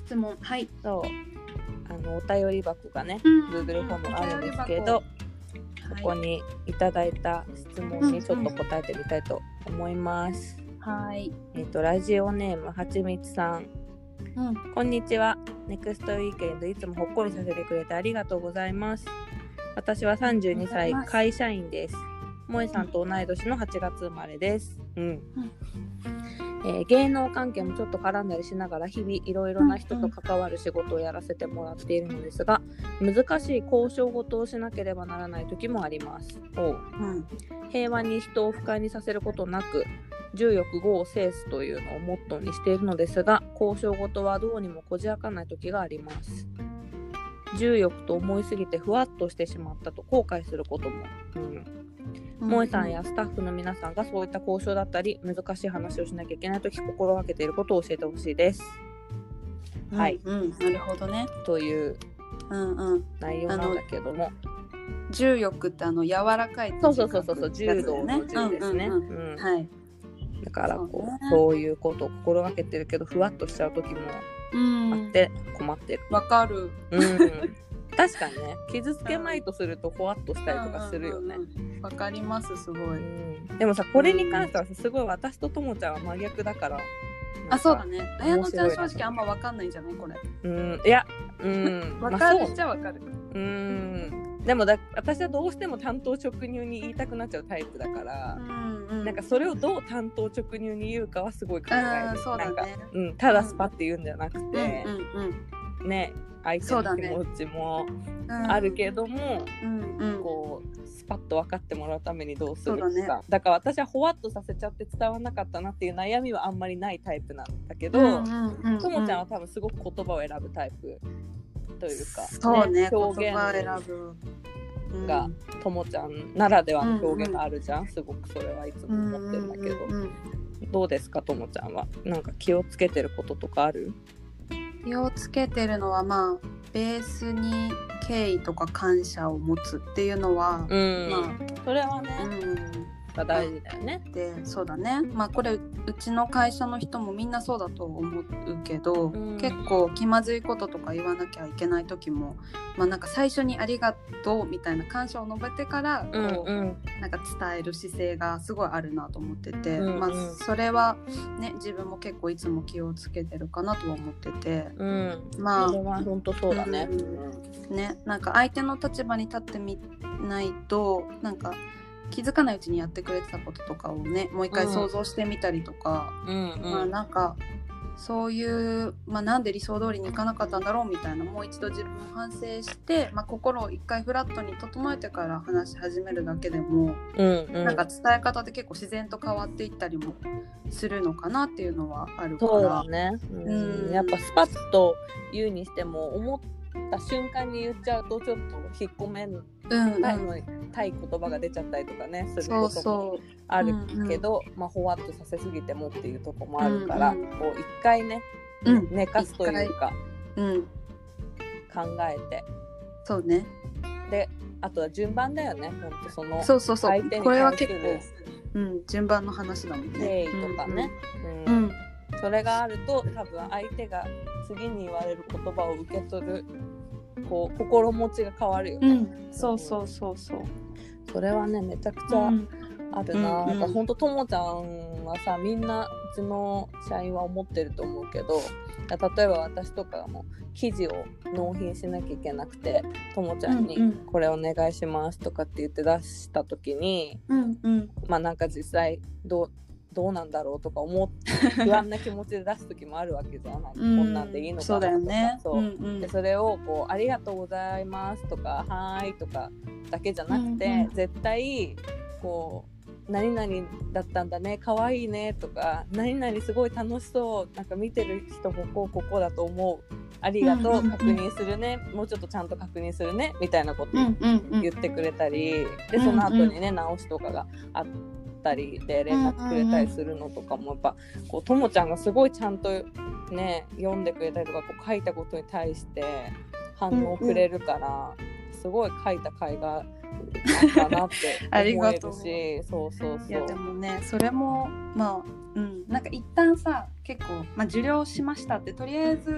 質問、はい。 そうあのお便り箱がね、 うん、 Google フォームがあるんですけど、そこにいただいた質問にちょっと答えてみたいと思います。 はい。 えっとラジオネームはちみつさん、 うん、 こんにちは。ネクストウィークエンドいつもほっこりさせてくれてありがとうございます。私はさんじゅうにさい会社員です。萌さんと同い年のはちがつ生まれです。うんうんえー、芸能関係もちょっと絡んだりしながら日々いろいろな人と関わる仕事をやらせてもらっているのですが、難しい交渉事をしなければならない時もあります。おう、うん、平和に人を不快にさせることなく重欲業を制すというのをモットーにしているのですが、交渉事はどうにもこじ開かない時があります。重欲と思いすぎてふわっとしてしまったと後悔することも、うん萌さんやスタッフの皆さんがそういった交渉だったり難しい話をしなきゃいけないとき心がけていることを教えてほしいです、 うん、はい、うん、なるほどねという内容なんだけども、 うんうん、重欲ってあの柔らかい、ね、 そうそうそうそう柔道の柔ですね、はい、だからこう、そうね、そういうことを心がけてるけどふわっとしちゃうときもあって困ってる。 わかる、 うん確かにね、傷つけまいとするとふわっとしたりとかするよね。わ、 うんうん、かりますすごい、 うん、でもさこれに関してはすごい私とともちゃんは真逆だから。 あ、そうだね。綾乃ちゃん正直あんま分かんないんじゃないこれ。 うんいやうん分かるっちゃ分かる。 うんでもだ私はどうしても単刀直入に言いたくなっちゃうタイプだから、うんうん、なんかそれをどう単刀直入に言うかはすごい考える。 そうだね、なんか、 うん、ただスパって言うんじゃなくて、うんうんうん、ね相手の気持ちもあるけども、うんうん、こうスパッと分かってもらうためにどうするか だ,、ね、だから私はほわっとさせちゃって伝わらなかったなっていう悩みはあんまりないタイプなんだけど、とも、うんうん、ちゃんは多分すごく言葉を選ぶタイプというか、 そうね、 表現言葉を選ぶがともちゃんならではの表現があるじゃん、うんうん、すごくそれはいつも思ってるんだけど、うんうんうん、どうですかともちゃんはなんか気をつけてることとかある？ 気をつけてるのはまあベースに敬意とか感謝を持つっていうのは、 うん、まあそれはね、 うん、 大事だよね。 で、そうだね。まあこれうちの会社の人もみんなそうだと思うけど、うん、結構気まずいこととか言わなきゃいけない時も、まあなんか最初にありがとうみたいな感謝を述べてからこう、うんうん、なんか伝える姿勢がすごいあるなと思ってて、うんうん、まあそれはね自分も結構いつも気をつけてるかなとは思ってて、 うん、まあそれは本当そうだね。 うん、ね、なんか相手の立場に立ってみないとなんか気づかないうちにやってくれてたこととかをねもう一回想像してみたりとか、うんうん、まあなんかそういう、まあ、なんで理想通りにいかなかったんだろうみたいなもう一度自分を反省して、まあ、心を一回フラットに整えてから話し始めるだけでも、うんうん、なんか伝え方って結構自然と変わっていったりもするのかなっていうのはあるから。 そうだね、うんうん、やっぱスパッと言うにしても思った瞬間に言っちゃうとちょっと引っ込めんたいのにたい言葉が出ちゃったりとかねすることもあるけど、そうそう、まあ、ほわっとさせすぎてもっていうところもあるから、うんうん、こう一回ね、うん、寝かすというか、うん、考えてそうねであとは順番だよねほんとそのそうそうそう相手に対するこれは結構、うん、順番の話だもんね敬意とかね、うんうんうん、それがあると多分相手が次に言われる言葉を受け取るこう心持ちが変わるよね、うん、 そうそうそうそうそれはねめちゃくちゃあるな、うん、なんかほんとともちゃんはさみんなうちの社員は思ってると思うけど例えば私とかも記事を納品しなきゃいけなくてともちゃんにこれお願いしますとかって言って出した時に、うんうん、まあなんか実際どうどうなんだろうとか思って不安な気持ちで出す時もあるわけじゃない、うん、こんなんでいいのかなとか、そうだよね、そう、うんうん、でそれをこうありがとうございますとかはーいとかだけじゃなくて、うんうん、絶対こう何々だったんだねかわいいねとか何々すごい楽しそうなんか見てる人もこうここだと思うありがとう、うんうんうん、確認するねもうちょっとちゃんと確認するねみたいなこと言ってくれたり、うんうんうん、でその後にね直しとかがあってたりで連絡くれたりするのとかもやっぱこうともちゃんがすごいちゃんとね読んでくれたりとかこう書いたことに対して反応くれるから、うんうん、すごい書いた甲斐があったなって思えるしそうそうそういやでもねそれもまあうんなんか一旦さ結構、まあ、受領しましたってとりあえず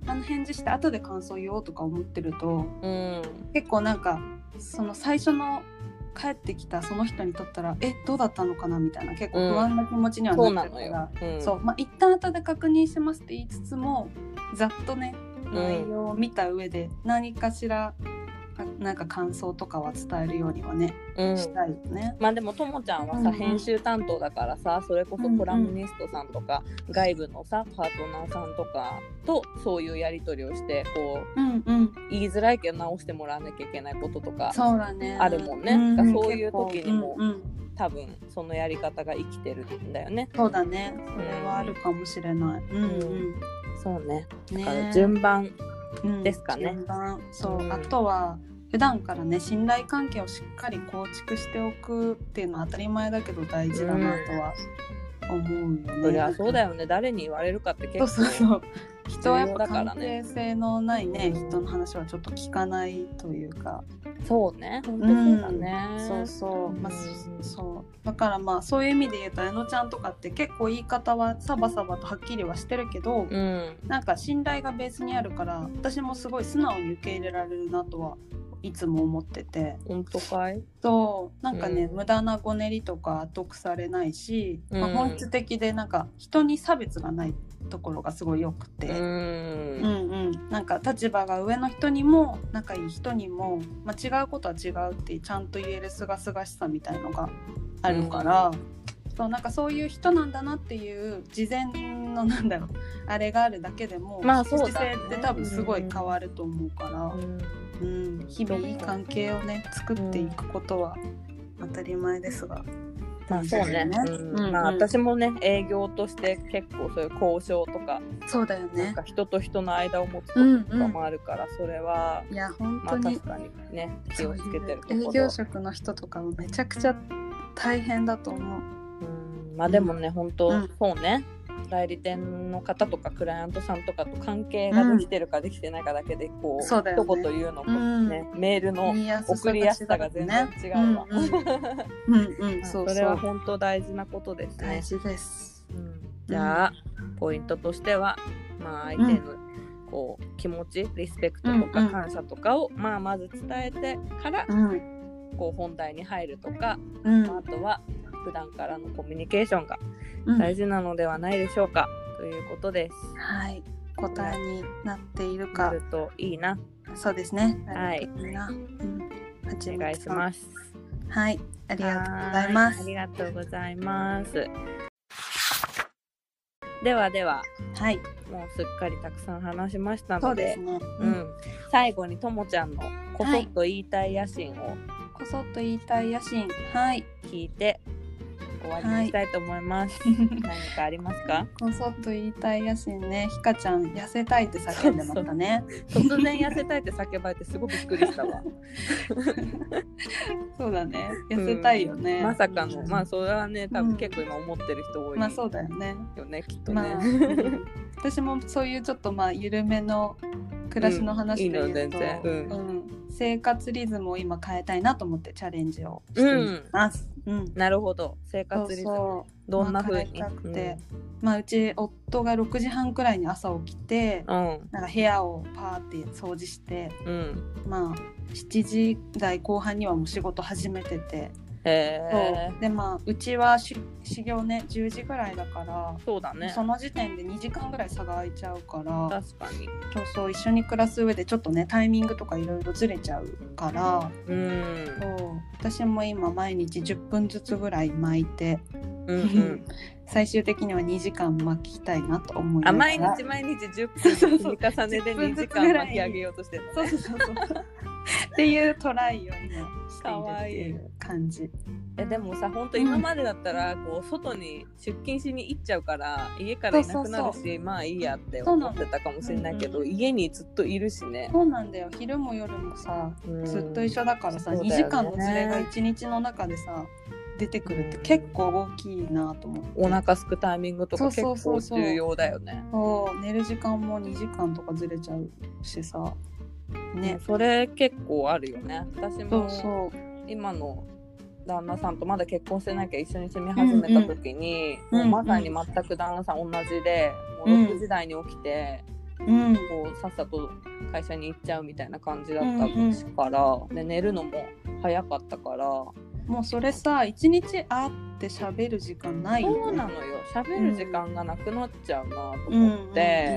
あの返事して後で感想言おうとか思ってると、 うん、 結構なんかその最初の帰ってきたその人にとったらえどうだったのかなみたいな結構不安な気持ちにはなってるから、うん、そうなのよ、うん、そう、まあ、一旦後で確認しますって言いつつもざっとね内容を見た上で何かしらなんか感想とかは伝えるようにはね、うん、したいよね。 まあでもともちゃんはさ、うんうん、編集担当だからさ、それこそコラムニストさんとか、うんうん、外部のさパートナーさんとかとそういうやり取りをしてこう、うんうん、言いづらいけど直してもらわなきゃいけないこととかあるもんね。そうだね、うんうん、そういう時にも、うんうん、多分そのやり方が生きてるんだよね。 そうだね、それはあるかもしれない。うんうん、 そうね。だから順番ですかね。 うん、順番、そう、うん、あとは普段からね信頼関係をしっかり構築しておくっていうのは当たり前だけど大事だなとは思うよね。 うん、そりゃそうだよね。誰に言われるかって結構そうそうそう人はやっぱ関係性のないね、人の話はちょっと聞かないというか。 そうね、本当そうだね、 うん、そうそう、まあ、そうだからまあそういう意味で言うとあのちゃんとかって結構言い方はサバサバとはっきりはしてるけど、うん、なんか信頼がベースにあるから私もすごい素直に受け入れられるなとはいつも思ってて。 本当かい？ そうなんかね、うん、無駄なごねりとか後腐れないし、うんまあ、本質的でなんか人に差別がないところがすごいよくて、うんうんうん、なんか立場が上の人にも仲いい人にも、まあ、違うことは違うってちゃんと言えるすがすがしさみたいのがあるから、うん、そうなんかそういう人なんだなっていう事前のなんだろうあれがあるだけでも、 まあそうだね、 姿勢って多分すごい変わると思うから、うんうん、日々いい関係をね作っていくことは当たり前ですが、 まあそうね、うんうんうん、まあ私もね営業として結構そういう交渉とかそうだよね、 なんか人と人の間を持つこととかもあるから、うんうん、それはいや本当に、 まあ、確かにね気をつけてるところ。 営業職の人とかもめちゃくちゃ大変だと思う。 うんまあでもね、うん、本当、うん、そうね代理店の方とかクライアントさんとかと関係ができてるかできてないかだけでこう、うん、一言言うのとね、うん、メールの送りやすさが全然違うわ。それは本当大事なことですね。 大事です、 うん、じゃあ、うん、ポイントとしては、まあ、相手のこう気持ちリスペクトとか感謝とかを、まあ、まず伝えてから、うん、こう本題に入るとか、うんまあ、あとは普段からのコミュニケーションが大事なのではないでしょうか、うん、ということです。 はい、答えになっているかなるといいな。 そうですね。 はい、 いいな、うん、 お願いします。 はい、ありがとうございます。 ありがとうございます。ではでは、 はい、 もうすっかりたくさん話しましたので、 そうですね、 うん、最後にともちゃんのこそっと言いたい野心を、はい、 こそっと言いたい野心、はい、 聞いて終わりにしたいと思います、はい、何かありますか？ こそっと言いたい野心ね、ひかちゃん痩せたいって叫んでましたね。 そうそう突然痩せたいって叫ばれてすごくびっくりしたわ。 そうだね、痩せたいよね、 うん、まさかの、まあそれはね多分結構今思ってる人多い、 うん、まあそうだよねよねきっとね、まあ、 私もそういうちょっとまあ緩めの暮らしの話で言うと、うん、いいの全然、うんうん、生活リズムを今変えたいなと思ってチャレンジをしています、うんうん、 なるほど、生活リズムそうそうどんな風に、 まあ、変えたくて、うんまあ、うち夫がろくじはんくらいに朝起きて、うん、なんか部屋をパーって掃除して、うん、まあしちじ台後半にはもう仕事始めてて、 へそうでまあうちはし始業ねじゅうじぐらいだから、 そうだね、 その時点でにじかんぐらい差が空いちゃうから、 確かにそうそう一緒に暮らす上でちょっとねタイミングとかいろいろずれちゃうから、うん、そう私も今毎日じゅっぷんずつぐらい巻いて、うんうん、最終的にはにじかん巻きたいなと思いながら、 あ毎日毎日じゅっぷん積み重ねでにじかん巻き上げようとしてるのね。 そうそうそうそうっていうトライを今しているっていう感じ。 えでもさ本当今までだったらこう外に出勤しに行っちゃうから家からいなくなるし、そうそうそうまあいいやって思ってたかもしれないけど、うんうん、家にずっといるしね。 そうなんだよ、昼も夜もさ、うん、ずっと一緒だからさ、ね、にじかんのズレがいちにちの中でさ出てくるって結構大きいなと思って、 お腹すくタイミングとか結構重要だよね。 そう、寝る時間もにじかんとかずれちゃうしさね、それ結構あるよね。私も今の旦那さんとまだ結婚してなきゃ一緒に住み始めた時に、うんうん、もうまさに全く旦那さん同じで、もうろくじ台に起きて、 うんこうさっさと会社に行っちゃうみたいな感じだったから、うんうん、で寝るのも早かったから、 もうそれさ一日会って喋る時間ないよね。 そうなのよ、喋る時間がなくなっちゃうなと思って、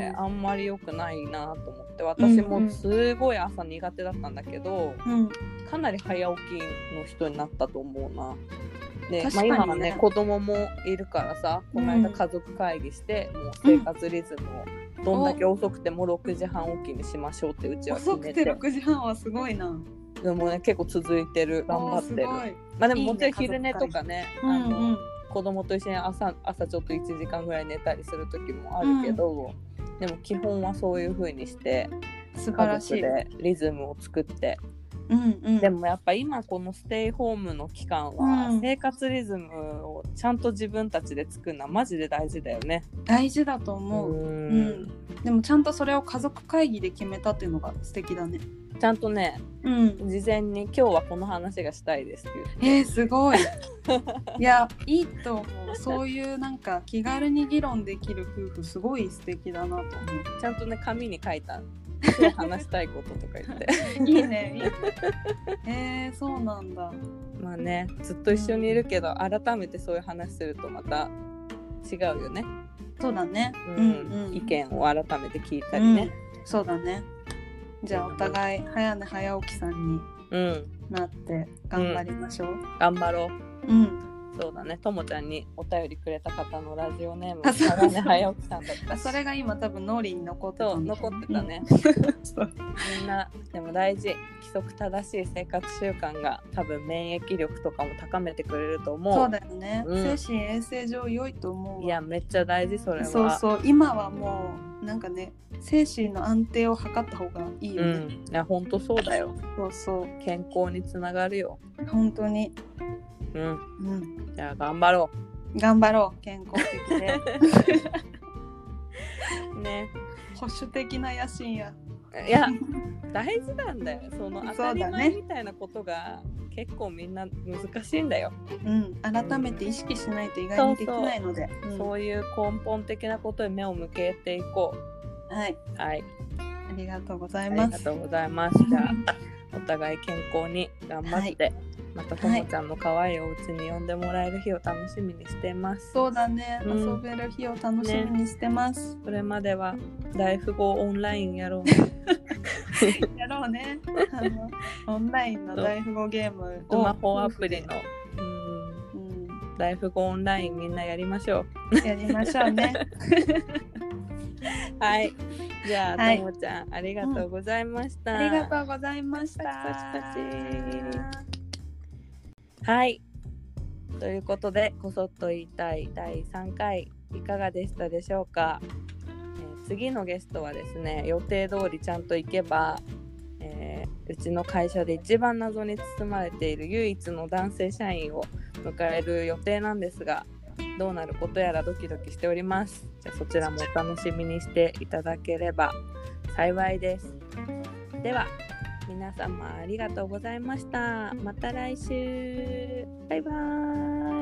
うん、あんまり良くないなと思って、私もすごい朝苦手だったんだけど、うん、かなり早起きの人になったと思うな。で、まあ、今はね子供もいるからさ、この間家族会議して、うん、もう生活リズムをどんだけ遅くてもろくじはん起きにしましょうってうちは決めて。 遅くてろくじはんはすごいな。 でもね結構続いてる、頑張ってる。まあでももちろん昼寝とかね、いいね、あの、うんうん、子供と一緒に 朝, 朝ちょっといちじかんぐらい寝たりする時もあるけど、うん、でも基本はそういう風にして素晴らしい家族でリズムを作って、 うんうん、 でもやっぱ今このステイホームの期間は生活リズムをちゃんと自分たちで作るのはマジで大事だよね。 大事だと思う、うんうん、でもちゃんとそれを家族会議で決めたっていうのが素敵だね。 ちゃんとね、うん、事前に今日はこの話がしたいですって言って。 えー、すごいいやいいと思う。そういうなんか気軽に議論できる夫婦すごい素敵だなと思う。 ちゃんとね紙に書いた今日話したいこととか言っていいねいいね。えー、そうなんだ。 まあねずっと一緒にいるけど、うん、改めてそういう話するとまた違うよね。 そうだね、 うんうんうん、意見を改めて聞いたりね、 うん、そうだね。じゃあお互い早寝早起きさんになって頑張りましょう、うん、 頑張ろう。うん、そうだね。ともちゃんにお便りくれた方のラジオネームが早寝早起きさんだったそれが今多分脳裏に残ってた。 そう残ってたね、うん、みんなでも大事、規則正しい生活習慣が多分免疫力とかも高めてくれると思う。 そうだよね、うん、精神衛生上良いと思う。 いやめっちゃ大事それは。 そうそう、今はもうなんかね精神の安定を図った方がいいよね、うん、いやほんとそうだよ。 そうそう健康につながるよ本当に。 うん、うん、じゃあ頑張ろう頑張ろう健康的でね、 保守的な野心や。 いや大事なんだよ。その当たり前みたいなことが結構みんな難しいんだよ。 うん、改めて意識しないと意外にできないので、 そうそう、うん、そういう根本的なことに目を向けていこう。 はい、 はい、 ありがとうございます。 ありがとうございます。じゃあお互い健康に頑張って、はい、またともちゃんの可愛いお家に呼んでもらえる日を楽しみにしてます。 そうだね、うん、遊べる日を楽しみにしてます、 ね、それまでは大富豪オンラインやろうやろうねあのオンラインの大富豪ゲームをスマホアプリのうん、うん、大富豪オンラインみんなやりましょうやりましょうねはい、じゃあ、はい、ともちゃんありがとうございました、 うん、ありがとうございました。 パチパチパチ。はい、ということでこそっと言いたいだいさんかいいかがでしたでしょうか。えー、次のゲストはですね、予定通りちゃんと行けば、えー、うちの会社で一番謎に包まれている唯一の男性社員を迎える予定なんですが、どうなることやらドキドキしております。じゃあそちらもお楽しみにしていただければ幸いです。では皆様ありがとうございました。また来週。バイバーイ。